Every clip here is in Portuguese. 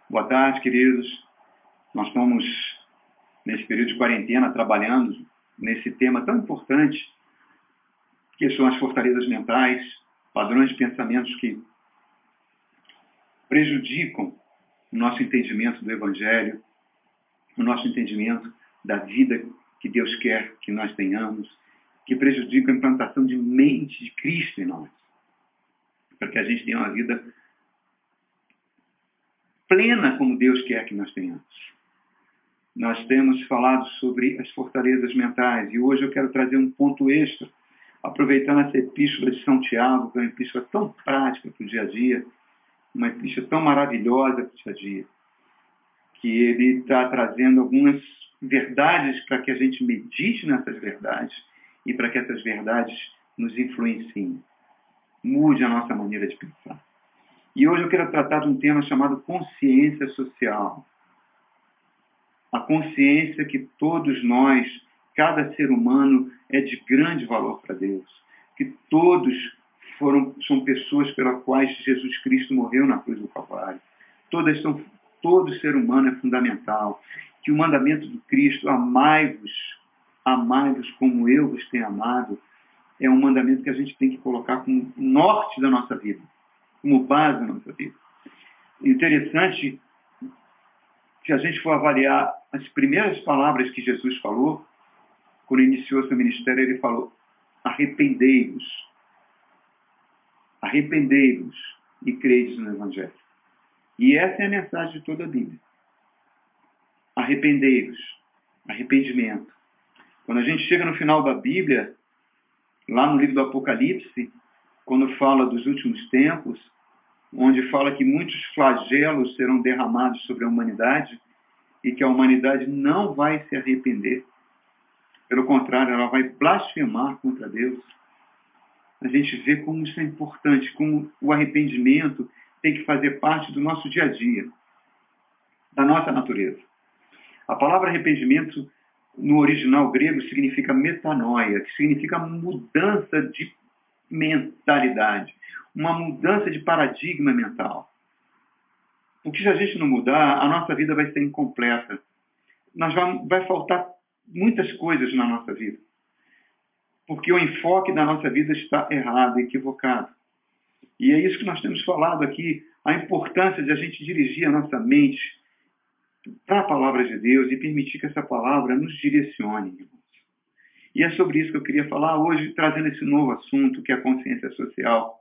Boa tarde, queridos. Nós estamos, nesse período de quarentena, trabalhando nesse tema tão importante, que são as fortalezas mentais, padrões de pensamentos que prejudicam o nosso entendimento do Evangelho, o nosso entendimento da vida que Deus quer que nós tenhamos, que prejudicam a implantação de mente de Cristo em nós, para que a gente tenha uma vida plena como Deus quer que nós tenhamos. Nós temos falado sobre as fortalezas mentais e hoje eu quero trazer um ponto extra, aproveitando essa epístola de São Tiago, que é uma epístola tão prática para o dia a dia, uma epístola tão maravilhosa para o dia a dia, que ele está trazendo algumas verdades para que a gente medite nessas verdades e para que essas verdades nos influenciem, mude a nossa maneira de pensar. E hoje eu quero tratar de um tema chamado consciência social. A consciência que todos nós, cada ser humano, é de grande valor para Deus. Que todos são pessoas pelas quais Jesus Cristo morreu na cruz do Calvário. Todo ser humano é fundamental. Que o mandamento do Cristo, amai-vos como eu vos tenho amado, é um mandamento que a gente tem que colocar como norte da nossa vida, como base da nossa vida. Interessante que a gente for avaliar as primeiras palavras que Jesus falou, quando iniciou seu ministério, ele falou: arrependei-vos e credes no Evangelho. E essa é a mensagem de toda a Bíblia. Arrependei-vos, arrependimento. Quando a gente chega no final da Bíblia, lá no livro do Apocalipse, quando fala dos últimos tempos, onde fala que muitos flagelos serão derramados sobre a humanidade e que a humanidade não vai se arrepender. Pelo contrário, ela vai blasfemar contra Deus. A gente vê como isso é importante, como o arrependimento tem que fazer parte do nosso dia a dia, da nossa natureza. A palavra arrependimento, no original grego, significa metanoia, que significa mudança de mentalidade, uma mudança de paradigma mental. Porque se a gente não mudar, a nossa vida vai ser incompleta. Vai faltar muitas coisas na nossa vida. Porque o enfoque da nossa vida está errado, equivocado. E é isso que nós temos falado aqui, a importância de a gente dirigir a nossa mente para a palavra de Deus e permitir que essa palavra nos direcione, irmãos. E é sobre isso que eu queria falar hoje, trazendo esse novo assunto, que é a consciência social.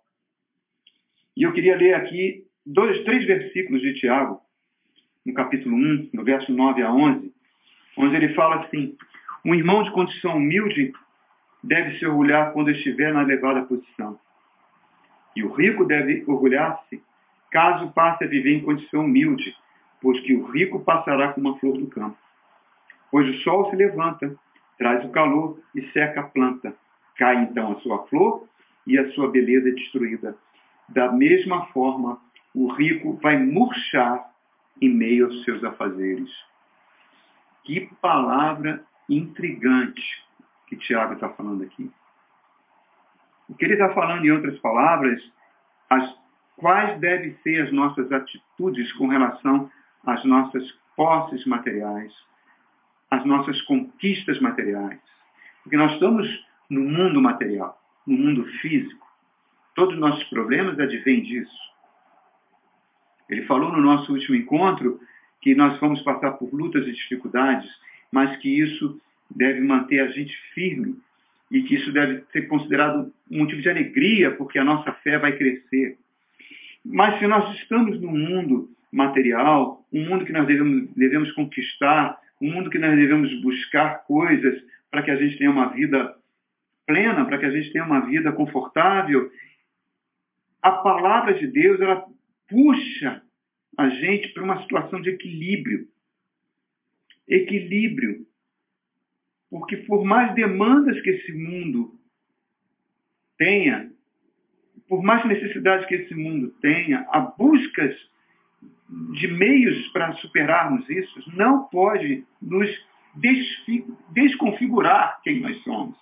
E eu queria ler aqui 3 versículos de Tiago, no capítulo 1, no verso 9 a 11, onde ele fala assim: um irmão de condição humilde deve se orgulhar quando estiver na elevada posição. E o rico deve orgulhar-se caso passe a viver em condição humilde, pois que o rico passará como uma flor do campo. Pois o sol se levanta, traz o calor e seca a planta. Cai então a sua flor e a sua beleza é destruída. Da mesma forma, o rico vai murchar em meio aos seus afazeres. Que palavra intrigante que Tiago está falando aqui. O que ele está falando, em outras palavras, quais devem ser as nossas atitudes com relação às nossas posses materiais, às nossas conquistas materiais. Porque nós estamos no mundo material, no mundo físico. Todos os nossos problemas advêm disso. Ele falou no nosso último encontro que nós vamos passar por lutas e dificuldades, mas que isso deve manter a gente firme e que isso deve ser considerado um motivo de alegria, porque a nossa fé vai crescer. Mas se nós estamos no mundo material, um mundo que nós devemos conquistar, um mundo que nós devemos buscar coisas para que a gente tenha uma vida plena, para que a gente tenha uma vida confortável, a palavra de Deus, ela puxa a gente para uma situação de equilíbrio. Equilíbrio. Porque por mais demandas que esse mundo tenha, por mais necessidades que esse mundo tenha, a busca de meios para superarmos isso não pode nos desconfigurar quem nós somos.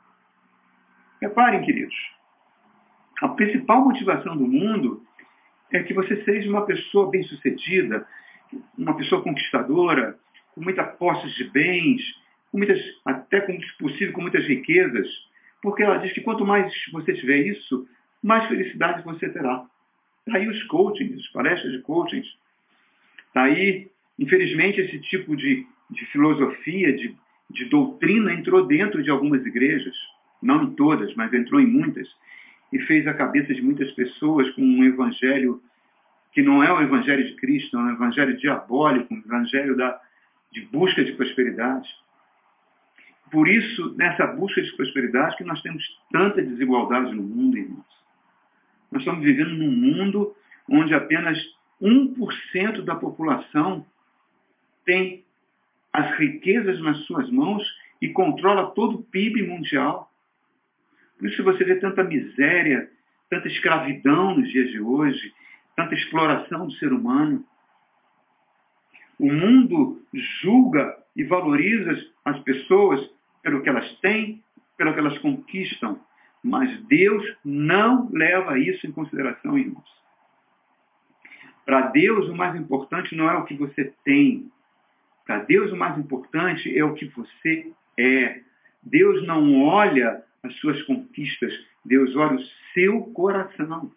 Reparem, queridos, a principal motivação do mundo é que você seja uma pessoa bem-sucedida, uma pessoa conquistadora, com muita posse de bens, com muitas, até como se possível, com muitas riquezas, porque ela diz que quanto mais você tiver isso, mais felicidade você terá. Está aí os coachings, as palestras de coachings. Está aí, infelizmente, esse tipo de filosofia, de doutrina entrou dentro de algumas igrejas, não em todas, mas entrou em muitas, e fez a cabeça de muitas pessoas com um evangelho que não é o evangelho de Cristo, é um evangelho diabólico, um evangelho de busca de prosperidade. Por isso, nessa busca de prosperidade, que nós temos tanta desigualdade no mundo, irmãos. Nós estamos vivendo num mundo onde apenas 1% da população tem as riquezas nas suas mãos e controla todo o PIB mundial. Por isso você vê tanta miséria, tanta escravidão nos dias de hoje, tanta exploração do ser humano. O mundo julga e valoriza as pessoas pelo que elas têm, pelo que elas conquistam. Mas Deus não leva isso em consideração, irmãos. Para Deus, o mais importante não é o que você tem. Para Deus, o mais importante é o que você é. Deus não olha as suas conquistas. Deus olha o seu coração.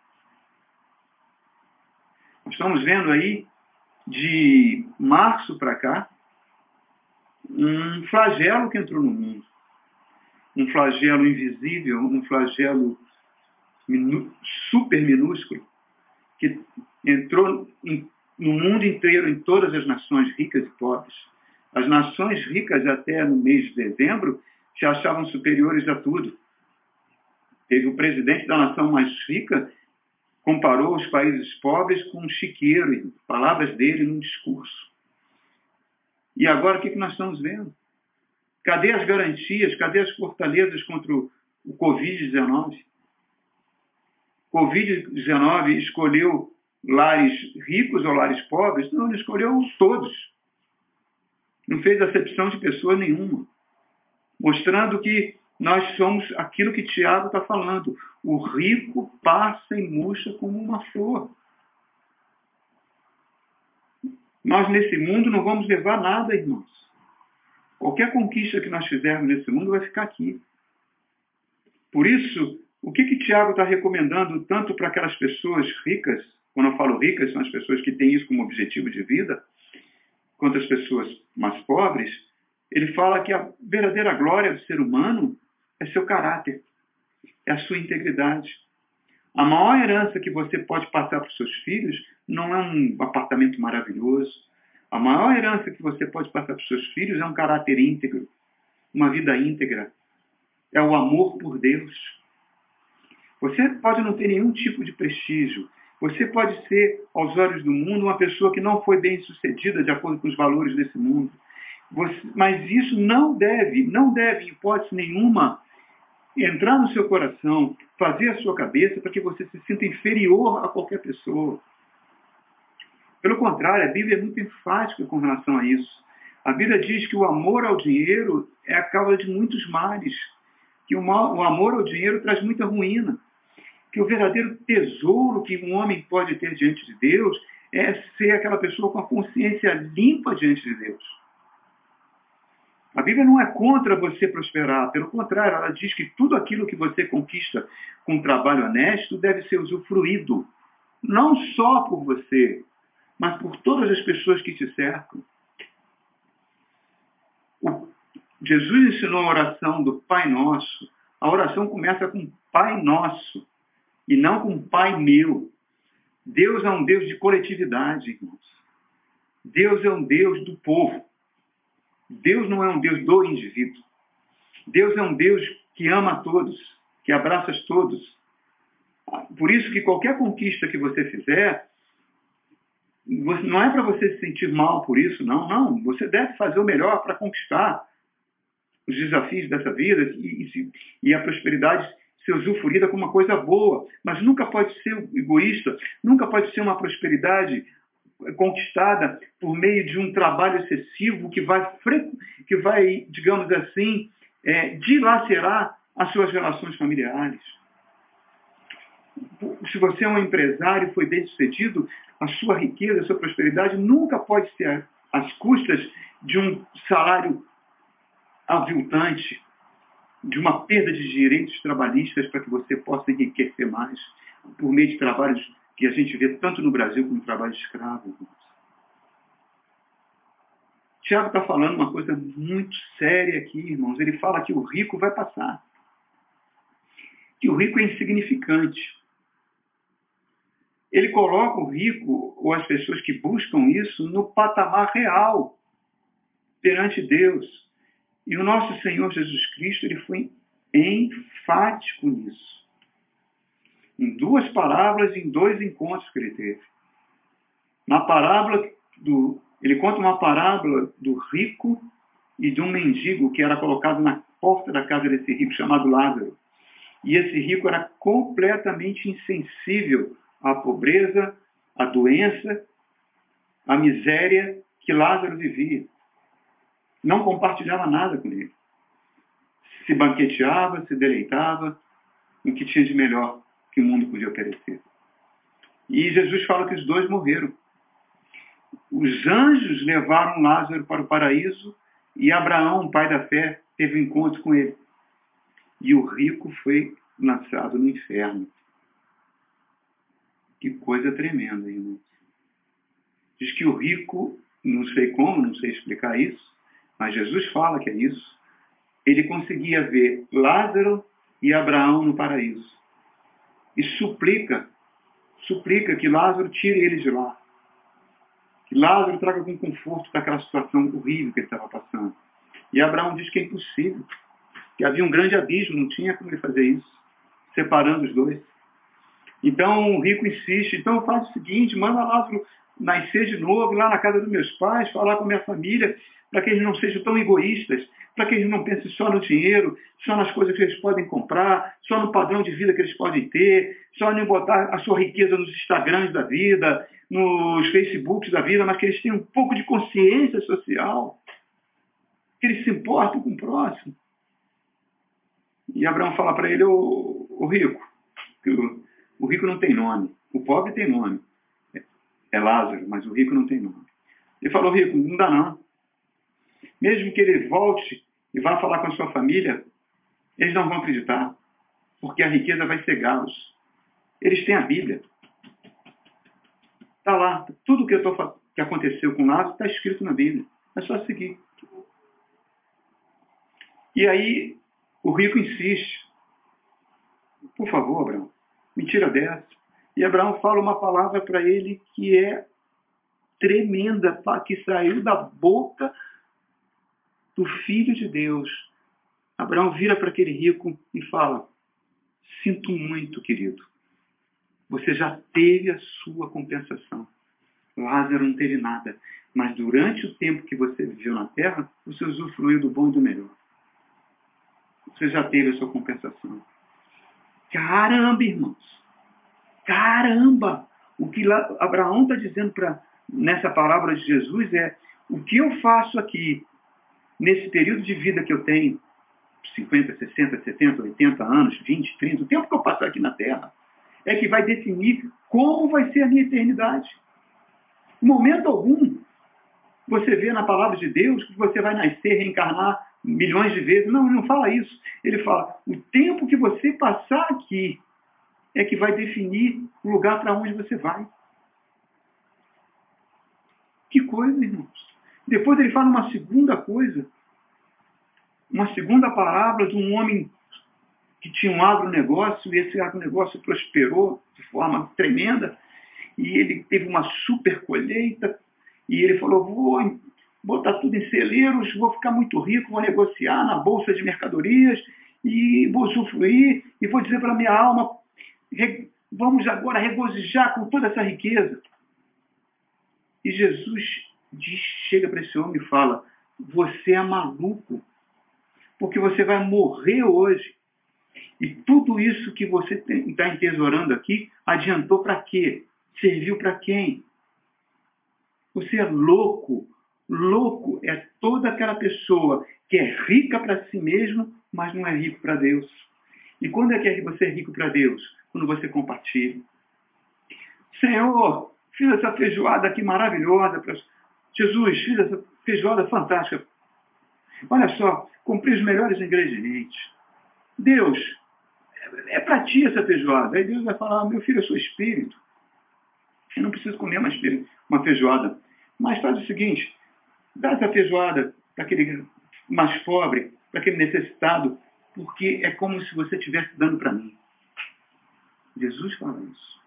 Nós estamos vendo aí, de março para cá, um flagelo que entrou no mundo. Um flagelo invisível, um flagelo super minúsculo, que entrou no mundo inteiro, em todas as nações ricas e pobres. As nações ricas, até no mês de dezembro, se achavam superiores a tudo. Teve o presidente da nação mais rica, comparou os países pobres com um chiqueiro, e palavras dele num discurso. E agora o que nós estamos vendo? Cadê as garantias, cadê as fortalezas contra o Covid-19? Covid-19 escolheu lares ricos ou lares pobres? Não, ele escolheu todos. Não fez acepção de pessoa nenhuma. Mostrando que nós somos aquilo que Tiago está falando. O rico passa e murcha como uma flor. Nós, nesse mundo, não vamos levar nada, irmãos. Qualquer conquista que nós fizermos nesse mundo vai ficar aqui. Por isso, o que Tiago está recomendando tanto para aquelas pessoas ricas, quando eu falo ricas, são as pessoas que têm isso como objetivo de vida, quanto as pessoas mais pobres, ele fala que a verdadeira glória do ser humano é seu caráter, é a sua integridade. A maior herança que você pode passar para os seus filhos não é um apartamento maravilhoso. A maior herança que você pode passar para os seus filhos é um caráter íntegro, uma vida íntegra. É o amor por Deus. Você pode não ter nenhum tipo de prestígio. Você pode ser, aos olhos do mundo, uma pessoa que não foi bem sucedida de acordo com os valores desse mundo. Mas isso não deve, em hipótese nenhuma, entrar no seu coração, fazer a sua cabeça para que você se sinta inferior a qualquer pessoa. Pelo contrário, a Bíblia é muito enfática com relação a isso. A Bíblia diz que o amor ao dinheiro é a causa de muitos males, que o amor ao dinheiro traz muita ruína, que o verdadeiro tesouro que um homem pode ter diante de Deus é ser aquela pessoa com a consciência limpa diante de Deus. A Bíblia não é contra você prosperar, pelo contrário, ela diz que tudo aquilo que você conquista com trabalho honesto deve ser usufruído, não só por você, mas por todas as pessoas que te cercam. Jesus ensinou a oração do Pai Nosso. A oração começa com Pai Nosso e não com Pai Meu. Deus é um Deus de coletividade, irmãos. Deus é um Deus do povo. Deus não é um Deus do indivíduo. Deus é um Deus que ama a todos, que abraça a todos. Por isso que qualquer conquista que você fizer, não é para você se sentir mal por isso, não. Você deve fazer o melhor para conquistar os desafios dessa vida e a prosperidade ser usufruída como uma coisa boa. Mas nunca pode ser egoísta, nunca pode ser uma prosperidade conquistada por meio de um trabalho excessivo que vai, digamos assim, dilacerar as suas relações familiares. Se você é um empresário e foi bem-sucedido, a sua riqueza, a sua prosperidade nunca pode ser às custas de um salário aviltante, de uma perda de direitos trabalhistas para que você possa enriquecer mais, por meio de trabalhos que a gente vê tanto no Brasil como trabalho escravo. Tiago está falando uma coisa muito séria aqui, irmãos. Ele fala que o rico vai passar, que o rico é insignificante. Ele coloca o rico, ou as pessoas que buscam isso, no patamar real, perante Deus. E o nosso Senhor Jesus Cristo, ele foi enfático nisso. Em 2 parábolas, em 2 encontros que ele teve. Na parábola ele conta uma parábola do rico e de um mendigo que era colocado na porta da casa desse rico, chamado Lázaro. E esse rico era completamente insensível à pobreza, à doença, à miséria que Lázaro vivia. Não compartilhava nada com ele. Se banqueteava, se deleitava no que tinha de melhor que o mundo podia oferecer. E Jesus fala que os 2 morreram. Os anjos levaram Lázaro para o paraíso e Abraão, pai da fé, teve um encontro com ele. E o rico foi lançado no inferno. Que coisa tremenda, irmãos. Diz que o rico, não sei como, não sei explicar isso, mas Jesus fala que é isso. Ele conseguia ver Lázaro e Abraão no paraíso. E suplica que Lázaro tire eles de lá. Que Lázaro traga algum conforto para aquela situação horrível que ele estava passando. E Abraão diz que é impossível. Que havia um grande abismo, não tinha como ele fazer isso. Separando os 2. Então o rico insiste. Então faz o seguinte, manda Lázaro nascer de novo lá na casa dos meus pais, falar com a minha família, para que eles não sejam tão egoístas, para que eles não pensem só no dinheiro, só nas coisas que eles podem comprar, só no padrão de vida que eles podem ter, só em botar a sua riqueza nos Instagrams da vida, nos Facebooks da vida, mas que eles tenham um pouco de consciência social, que eles se importam com o próximo. E Abraão fala para ele, o rico, que o rico não tem nome, o pobre tem nome, é Lázaro, mas o rico não tem nome. Ele falou, rico, não dá não. Mesmo que ele volte e vá falar com a sua família, eles não vão acreditar, porque a riqueza vai cegá-los. Eles têm a Bíblia. Está lá. Tudo que aconteceu com Lázaro está escrito na Bíblia. É só seguir. E aí, o rico insiste. Por favor, Abraão, me tira dessa. E Abraão fala uma palavra para ele que é tremenda, que saiu da boca do Filho de Deus. Abraão vira para aquele rico e fala, sinto muito, querido. Você já teve a sua compensação. Lázaro não teve nada. Mas durante o tempo que você viveu na terra, você usufruiu do bom e do melhor. Você já teve a sua compensação. Caramba, irmãos. Caramba! O que Abraão está dizendo nessa parábola de Jesus é o que eu faço aqui, nesse período de vida que eu tenho, 50, 60, 70, 80 anos, 20, 30, o tempo que eu passar aqui na Terra, é que vai definir como vai ser a minha eternidade. Em momento algum, você vê na palavra de Deus que você vai nascer, reencarnar milhões de vezes. Não, ele não fala isso. Ele fala, o tempo que você passar aqui é que vai definir o lugar para onde você vai. Que coisa, irmãos. Depois ele fala uma segunda coisa, uma segunda parábola de um homem que tinha um agronegócio, e esse agronegócio prosperou de forma tremenda, e ele teve uma super colheita, e ele falou, vou botar tudo em celeiros, vou ficar muito rico, vou negociar na bolsa de mercadorias, e vou usufruir, e vou dizer para a minha alma, vamos agora regozijar com toda essa riqueza. E Jesus chega para esse homem e fala, você é maluco, porque você vai morrer hoje. E tudo isso que você está entesourando aqui, adiantou para quê? Serviu para quem? Você é louco. Louco é toda aquela pessoa que é rica para si mesmo, mas não é rico para Deus. E quando é que você é rico para Deus? quando você compartilha. Senhor, fiz essa feijoada aqui maravilhosa. Jesus, fiz essa feijoada fantástica. Olha só, comprei os melhores ingredientes. Deus, é para ti essa feijoada. Aí Deus vai falar, meu filho, eu sou espírito. Eu não preciso comer uma feijoada. Mas faz o seguinte, dá essa feijoada para aquele mais pobre, para aquele necessitado, porque é como se você estivesse dando para mim. Jesus fala isso.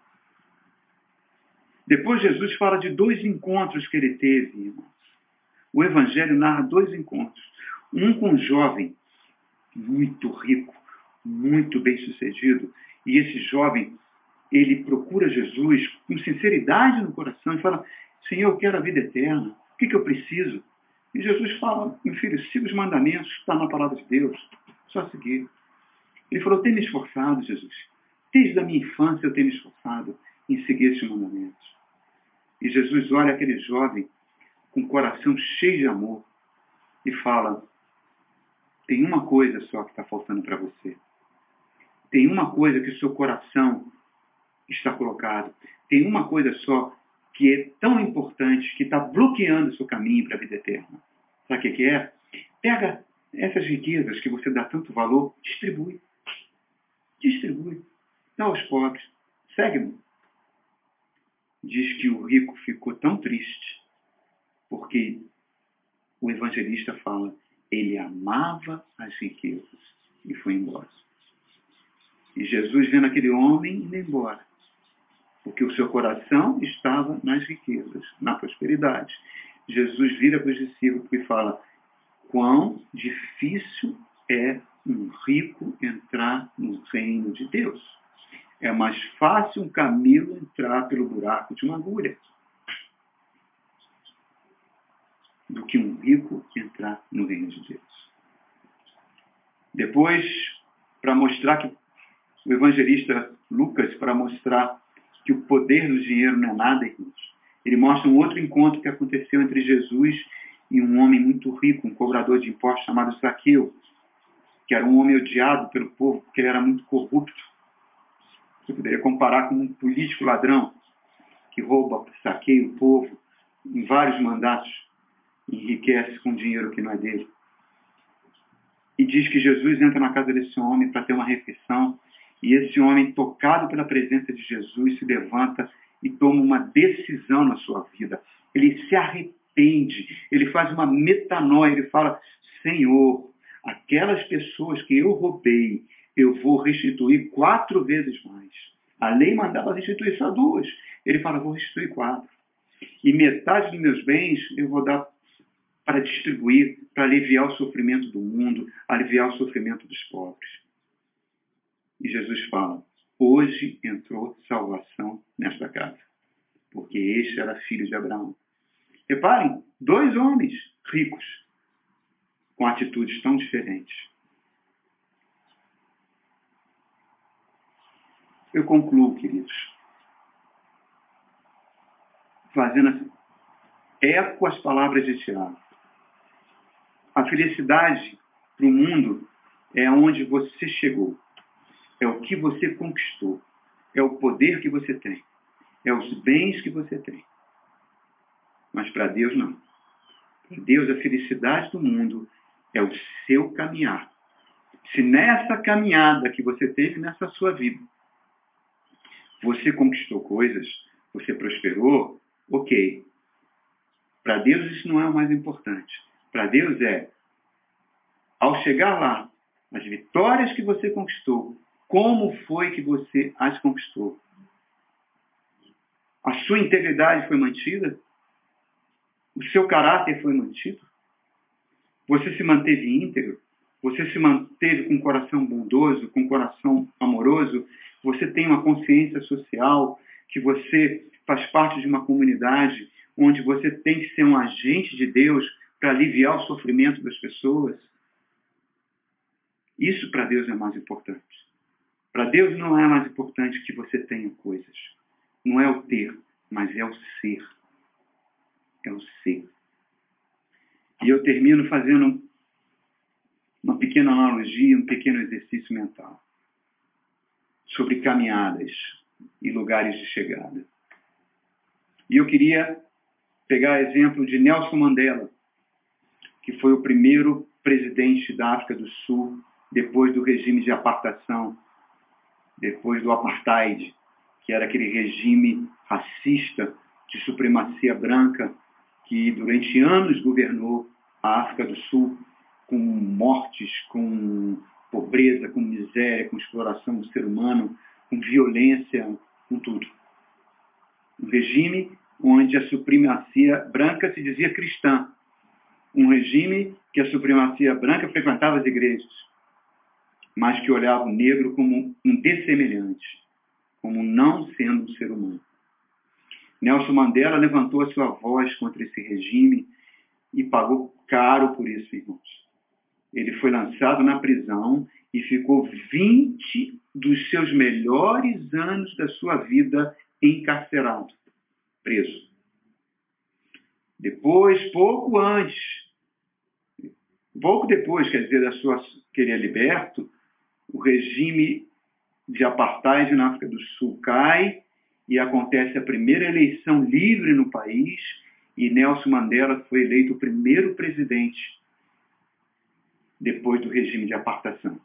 Depois Jesus fala de 2 encontros que ele teve, irmãos. O Evangelho narra 2 encontros. Um com um jovem muito rico, muito bem-sucedido. E esse jovem, ele procura Jesus com sinceridade no coração e fala, Senhor, eu quero a vida eterna. O que eu preciso? E Jesus fala, meu filho, siga os mandamentos, está na palavra de Deus. Só seguir. Ele falou, eu tenho me esforçado, Jesus. Desde a minha infância eu tenho me esforçado em seguir esses mandamentos. E Jesus olha aquele jovem com o coração cheio de amor e fala, tem uma coisa só que está faltando para você. Tem uma coisa que o seu coração está colocado. Tem uma coisa só que é tão importante, que está bloqueando o seu caminho para a vida eterna. Sabe o que é? Pega essas riquezas que você dá tanto valor, distribui. Distribui. Dá aos pobres. Segue-me. Diz que o rico ficou tão triste, porque o evangelista fala, ele amava as riquezas e foi embora. E Jesus vendo aquele homem indo embora, porque o seu coração estava nas riquezas, na prosperidade. Jesus vira para os discípulos e fala, quão difícil é um rico entrar no reino de Deus. É mais fácil um camelo entrar pelo buraco de uma agulha do que um rico entrar no reino de Deus. Depois, para mostrar que o evangelista Lucas, para mostrar que o poder do dinheiro não é nada, irmãos, ele mostra um outro encontro que aconteceu entre Jesus e um homem muito rico, um cobrador de impostos chamado Zaqueu, que era um homem odiado pelo povo porque ele era muito corrupto. Você poderia comparar com um político ladrão que rouba, saqueia o povo em vários mandatos, enriquece com dinheiro que não é dele. E diz que Jesus entra na casa desse homem para ter uma refeição, e esse homem, tocado pela presença de Jesus, se levanta e toma uma decisão na sua vida. Ele se arrepende, ele faz uma metanoia, ele fala, Senhor, aquelas pessoas que eu roubei, eu vou restituir 4 vezes mais. A lei mandava restituir só 2. Ele fala, vou restituir 4. E metade dos meus bens eu vou dar para distribuir, para aliviar o sofrimento do mundo, aliviar o sofrimento dos pobres. E Jesus fala, hoje entrou salvação nesta casa, porque este era filho de Abraão. Reparem, 2 homens ricos, com atitudes tão diferentes. Eu concluo, queridos, fazendo assim, eco as palavras de Tiago. A felicidade para o mundo é onde você chegou, é o que você conquistou, é o poder que você tem, é os bens que você tem. Mas para Deus não. Para Deus a felicidade do mundo é o seu caminhar. Se nessa caminhada que você teve nessa sua vida, você conquistou coisas, você prosperou, ok. Para Deus isso não é o mais importante. Para Deus é, ao chegar lá, as vitórias que você conquistou, como foi que você as conquistou? A sua integridade foi mantida? O seu caráter foi mantido? Você se manteve íntegro? Você se manteve com um coração bondoso, com um coração amoroso? Você tem uma consciência social, que você faz parte de uma comunidade onde você tem que ser um agente de Deus para aliviar o sofrimento das pessoas? Isso para Deus é mais importante. Para Deus não é mais importante que você tenha coisas. Não é o ter, mas é o ser. É o ser. E eu termino fazendo uma pequena analogia, um pequeno exercício mental. sobre caminhadas e lugares de chegada. E eu queria pegar exemplo de Nelson Mandela, que foi o primeiro presidente da África do Sul depois do regime de apartação, depois do apartheid, que era aquele regime racista de supremacia branca que durante anos governou a África do Sul, com mortes, com pobreza, com miséria, com exploração do ser humano, com violência, com tudo. Um regime onde a supremacia branca se dizia cristã. Um regime que a supremacia branca frequentava as igrejas, mas que olhava o negro como um dessemelhante, como não sendo um ser humano. Nelson Mandela levantou a sua voz contra esse regime e pagou caro por isso, irmãos. Ele foi lançado na prisão e ficou 20 dos seus melhores anos da sua vida encarcerado, preso. Depois, pouco depois, quer dizer, que ele é liberto, o regime de apartheid na África do Sul cai e acontece a primeira eleição livre no país e Nelson Mandela foi eleito o primeiro presidente depois do regime de apartação.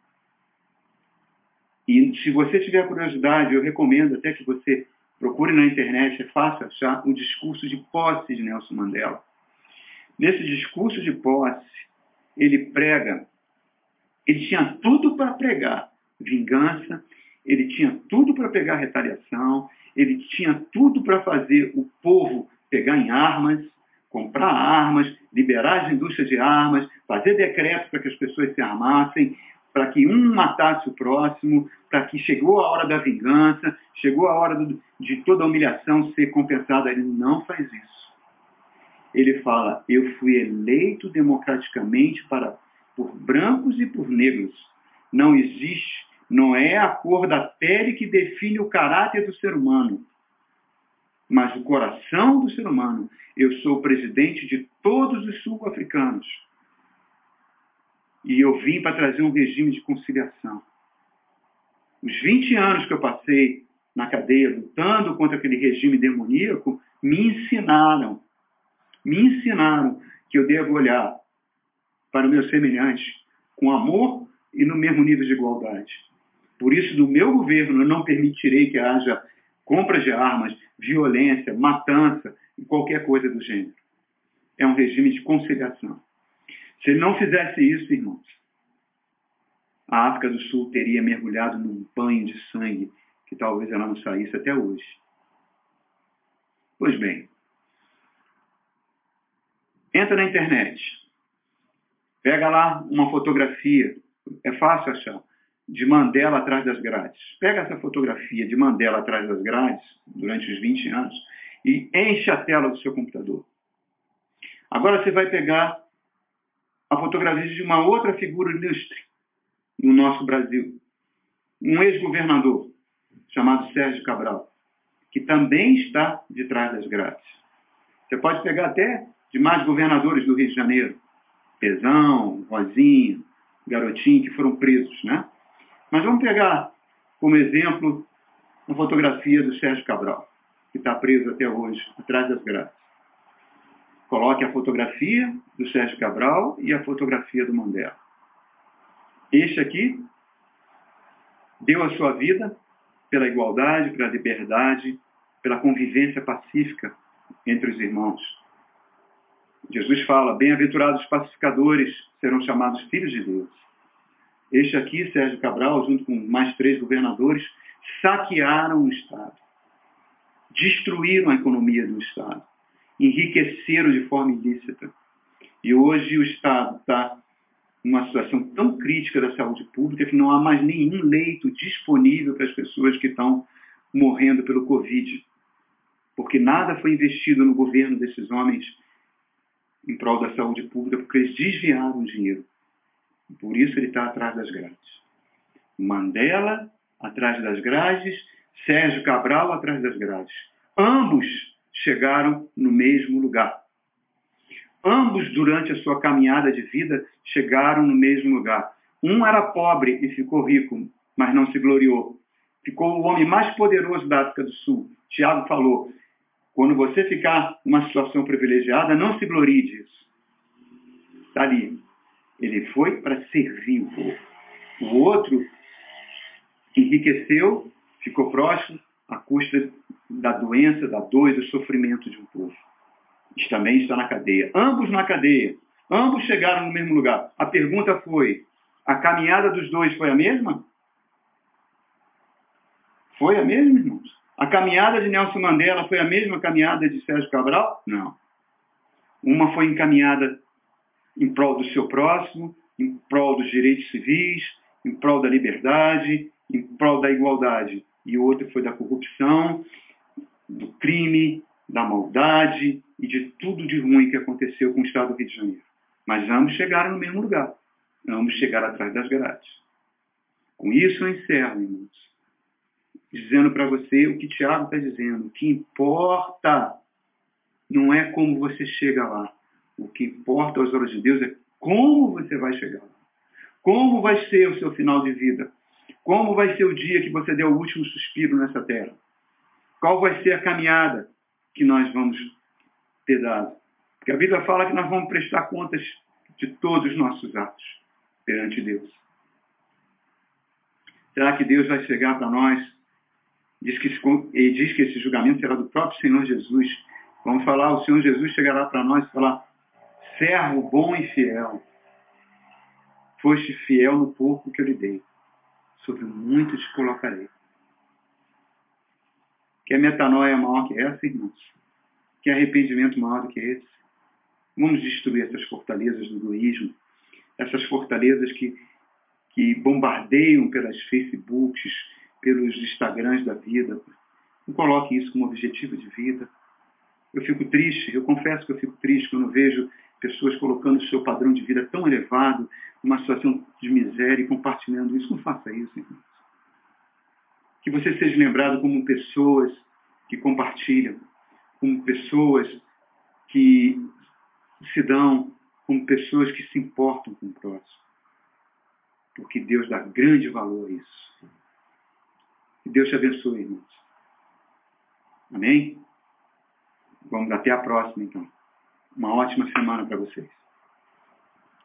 E se você tiver curiosidade, eu recomendo até que você procure na internet, é fácil achar, o discurso de posse de Nelson Mandela. Nesse discurso de posse, ele tinha tudo para pregar vingança, ele tinha tudo para pegar retaliação, ele tinha tudo para fazer o povo pegar em armas, comprar armas, liberar as indústrias de armas, fazer decretos para que as pessoas se armassem, para que um matasse o próximo, para que chegou a hora da vingança, chegou a hora de toda a humilhação ser compensada. Ele não faz isso. Ele fala, eu fui eleito democraticamente por brancos e por negros. Não existe, não é a cor da pele que define o caráter do ser humano, mas o coração do ser humano. Eu sou o presidente de todos os sul-africanos. E eu vim para trazer um regime de conciliação. Os 20 anos que eu passei na cadeia lutando contra aquele regime demoníaco me ensinaram que eu devo olhar para o meu semelhante com amor e no mesmo nível de igualdade. Por isso, no meu governo, eu não permitirei que haja compras de armas, violência, matança e qualquer coisa do gênero. É um regime de conciliação. Se ele não fizesse isso, irmãos, a África do Sul teria mergulhado num banho de sangue que talvez ela não saísse até hoje. Pois bem, entra na internet, pega lá uma fotografia, é fácil achar, de Mandela atrás das grades. Pega essa fotografia de Mandela atrás das grades, durante os 20 anos, e enche a tela do seu computador. Agora você vai pegar a fotografia de uma outra figura ilustre no nosso Brasil. Um ex-governador chamado Sérgio Cabral, que também está de trás das grades. Você pode pegar até demais governadores do Rio de Janeiro, Pezão, Rosinha, Garotinho, que foram presos, né? Mas vamos pegar como exemplo a fotografia do Sérgio Cabral, que está preso até hoje, atrás das grades. Coloque a fotografia do Sérgio Cabral e a fotografia do Mandela. Este aqui deu a sua vida pela igualdade, pela liberdade, pela convivência pacífica entre os irmãos. Jesus fala, bem-aventurados os pacificadores serão chamados filhos de Deus. Este aqui, Sérgio Cabral, junto com mais 3 governadores, saquearam o Estado, destruíram a economia do Estado, enriqueceram de forma ilícita. E hoje o Estado está numa situação tão crítica da saúde pública que não há mais nenhum leito disponível para as pessoas que estão morrendo pelo Covid. Porque nada foi investido no governo desses homens em prol da saúde pública, porque eles desviaram o dinheiro. Por isso ele está atrás das grades. Mandela atrás das grades, Sérgio Cabral atrás das grades. Ambos chegaram no mesmo lugar. Ambos, durante a sua caminhada de vida, chegaram no mesmo lugar. Um era pobre e ficou rico, mas não se gloriou. ficou o homem mais poderoso da África do Sul. Tiago falou, quando você ficar numa situação privilegiada, não se glorie disso. Está ali. Ele foi para servir o povo. O outro enriqueceu, ficou próximo à custa da doença, da dor e do sofrimento de um povo. Isso também está na cadeia. Ambos na cadeia. Ambos chegaram no mesmo lugar. A pergunta foi, a caminhada dos dois foi a mesma? Foi a mesma, irmãos? A caminhada de Nelson Mandela foi a mesma caminhada de Sérgio Cabral? Não. Uma foi encaminhada em prol do seu próximo, em prol dos direitos civis, em prol da liberdade, em prol da igualdade. E o outro foi da corrupção, do crime, da maldade e de tudo de ruim que aconteceu com o Estado do Rio de Janeiro. Mas ambos chegaram no mesmo lugar. Ambos chegaram atrás das grades. Com isso eu encerro, irmãos, dizendo para você o que Tiago está dizendo. O que importa não é como você chega lá. O que importa aos olhos de Deus é como você vai chegar lá. Como vai ser o seu final de vida? Como vai ser o dia que você der o último suspiro nessa terra? Qual vai ser a caminhada que nós vamos ter dado? Porque a Bíblia fala que nós vamos prestar contas de todos os nossos atos perante Deus. Será que Deus vai chegar para nós? Ele diz que esse julgamento será do próprio Senhor Jesus. Vamos falar, o Senhor Jesus chegará para nós e falar, servo bom e fiel, foste fiel no pouco que eu lhe dei, sobre muito te colocarei. Quer metanoia maior que essa, irmãos? Quer arrependimento maior do que esse? Vamos destruir essas fortalezas do egoísmo, essas fortalezas que bombardeiam pelas Facebooks, pelos Instagrams da vida. Não coloque isso como objetivo de vida. Eu fico triste, eu confesso que eu fico triste quando vejo pessoas colocando o seu padrão de vida tão elevado, numa situação de miséria e compartilhando isso. Não faça isso, irmãos. Que você seja lembrado como pessoas que compartilham, como pessoas que se dão, como pessoas que se importam com o próximo. Porque Deus dá grande valor a isso. Que Deus te abençoe, irmãos. Amém? Vamos até a próxima, então. Uma ótima semana para vocês.